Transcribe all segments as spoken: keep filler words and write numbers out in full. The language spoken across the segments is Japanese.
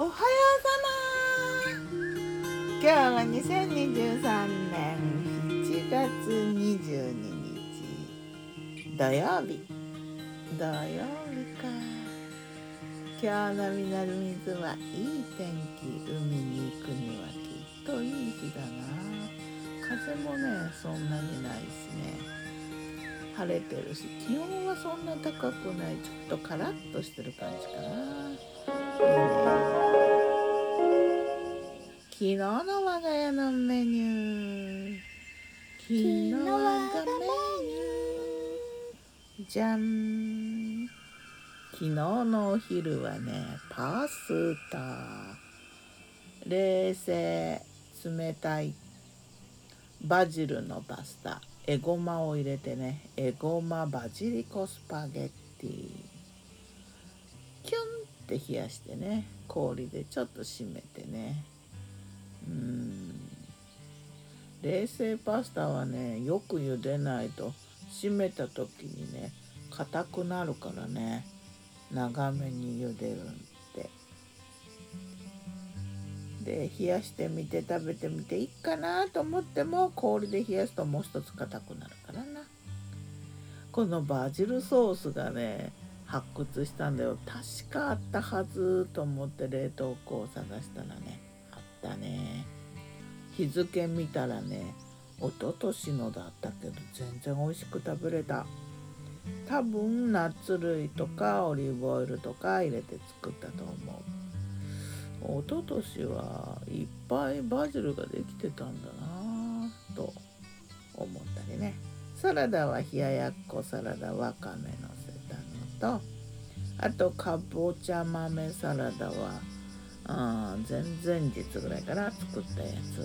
おはようさま。今日はにせんにじゅうさんねんしちがつにじゅうににち土曜日土曜日か。今日の南水はいい天気。海に行くにはきっといい日だな。風もねそんなにないしね、晴れてるし、気温はそんな高くない。ちょっとカラッとしてる感じかな。いいね。昨日の我が家のメニュー昨日我がメニューじゃん。昨日のお昼はねパスタ、冷製冷たいバジルのパスタ、エゴマを入れてね、エゴマバジリコスパゲッティ、キュンって冷やしてね、氷でちょっと締めてね。うーん冷製パスタはねよく茹でないと締めた時にね硬くなるからね、長めに茹でるんで。で冷やしてみて食べてみていいかなと思っても、氷で冷やすともう一つ硬くなるからな。このバジルソースがね発掘したんだよ。確かあったはずと思って冷凍庫を探したらねあったね。日付見たらね一昨年のだったけど全然美味しく食べれた。多分ナッツ類とかオリーブオイルとか入れて作ったと思う。一昨年はいっぱいバジルができてたんだなと思ったりね。サラダは冷ややっこサラダ、わかめのせたのと、あとかぼちゃ豆サラダはあ前々日ぐらいから作ったやつ。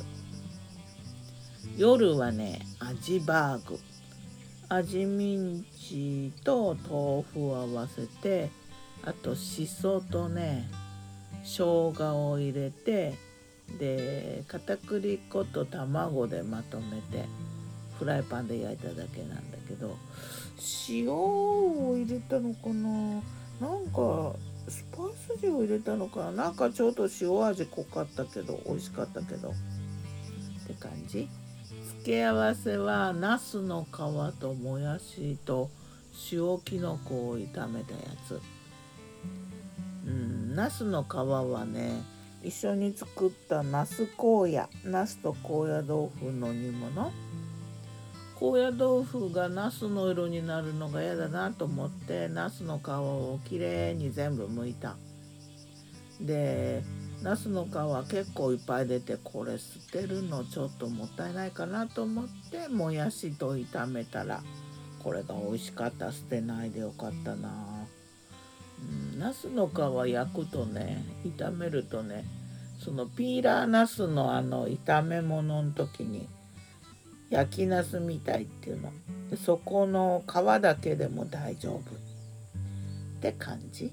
夜はね味バーグ、味ミンチと豆腐を合わせて、あとしそとね生姜を入れて、で片栗粉と卵でまとめてフライパンで焼いただけなんだけど、塩を入れたのかな、なんかスパイス塩を入れたのかな、なんかちょっと塩味濃かったけど美味しかったけどって感じ。付け合わせはナスの皮ともやしと塩きのこを炒めたやつ。うん、ナスの皮はね一緒に作ったナス高野、ナスと高野豆腐の煮物。高野豆腐がナスの色になるのが嫌だなと思ってナスの皮をきれいに全部剥いた。でナスの皮結構いっぱい出て、これ捨てるのちょっともったいないかなと思ってもやしと炒めたらこれが美味しかった。捨てないでよかったな。うん、ナスの皮焼くとね炒めるとね、そのピーラーナスのあの炒め物の時に焼きナスみたいっていうので、そこの皮だけでも大丈夫って感じ。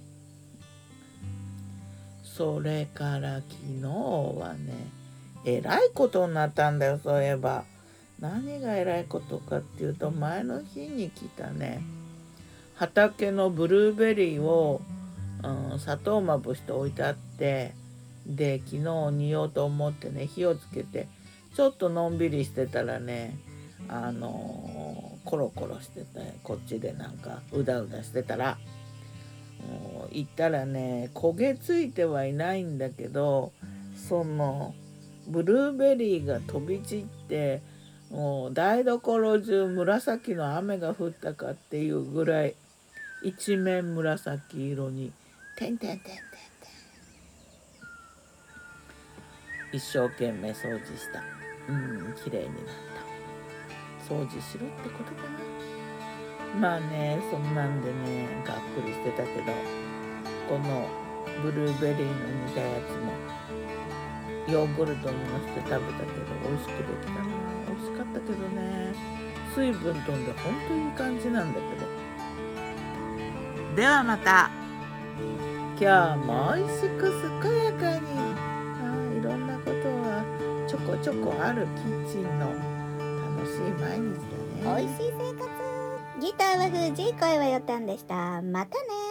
それから昨日はねえらいことになったんだよ。そういえば何がえらいことかっていうと、前の日に来たね畑のブルーベリーを、うん、砂糖まぶして置いてあって、で昨日煮ようと思ってね火をつけてちょっとのんびりしてたらね、あのー、コロコロしてて、こっちでなんかうだうだしてたら行ったらね焦げついてはいないんだけど、そのブルーベリーが飛び散ってもう台所中紫の雨が降ったかっていうぐらい一面紫色にてんてんてんてんてん。一生懸命掃除した。うん綺麗になった。掃除しろってことかな。まあねそんなんでねがっくりしてたけど、このブルーベリーの煮たやつもヨーグルトにのせて食べたけど美味しくできたな。美味しかったけどね、水分飛んでほんといい感じなんだけど。ではまた。今日も美味しく健やかに、あいろんなことはちょこちょこあるキッチンの楽しい毎日だね。 美味しい生活。ギターは藤井、声はよたんでした。またね。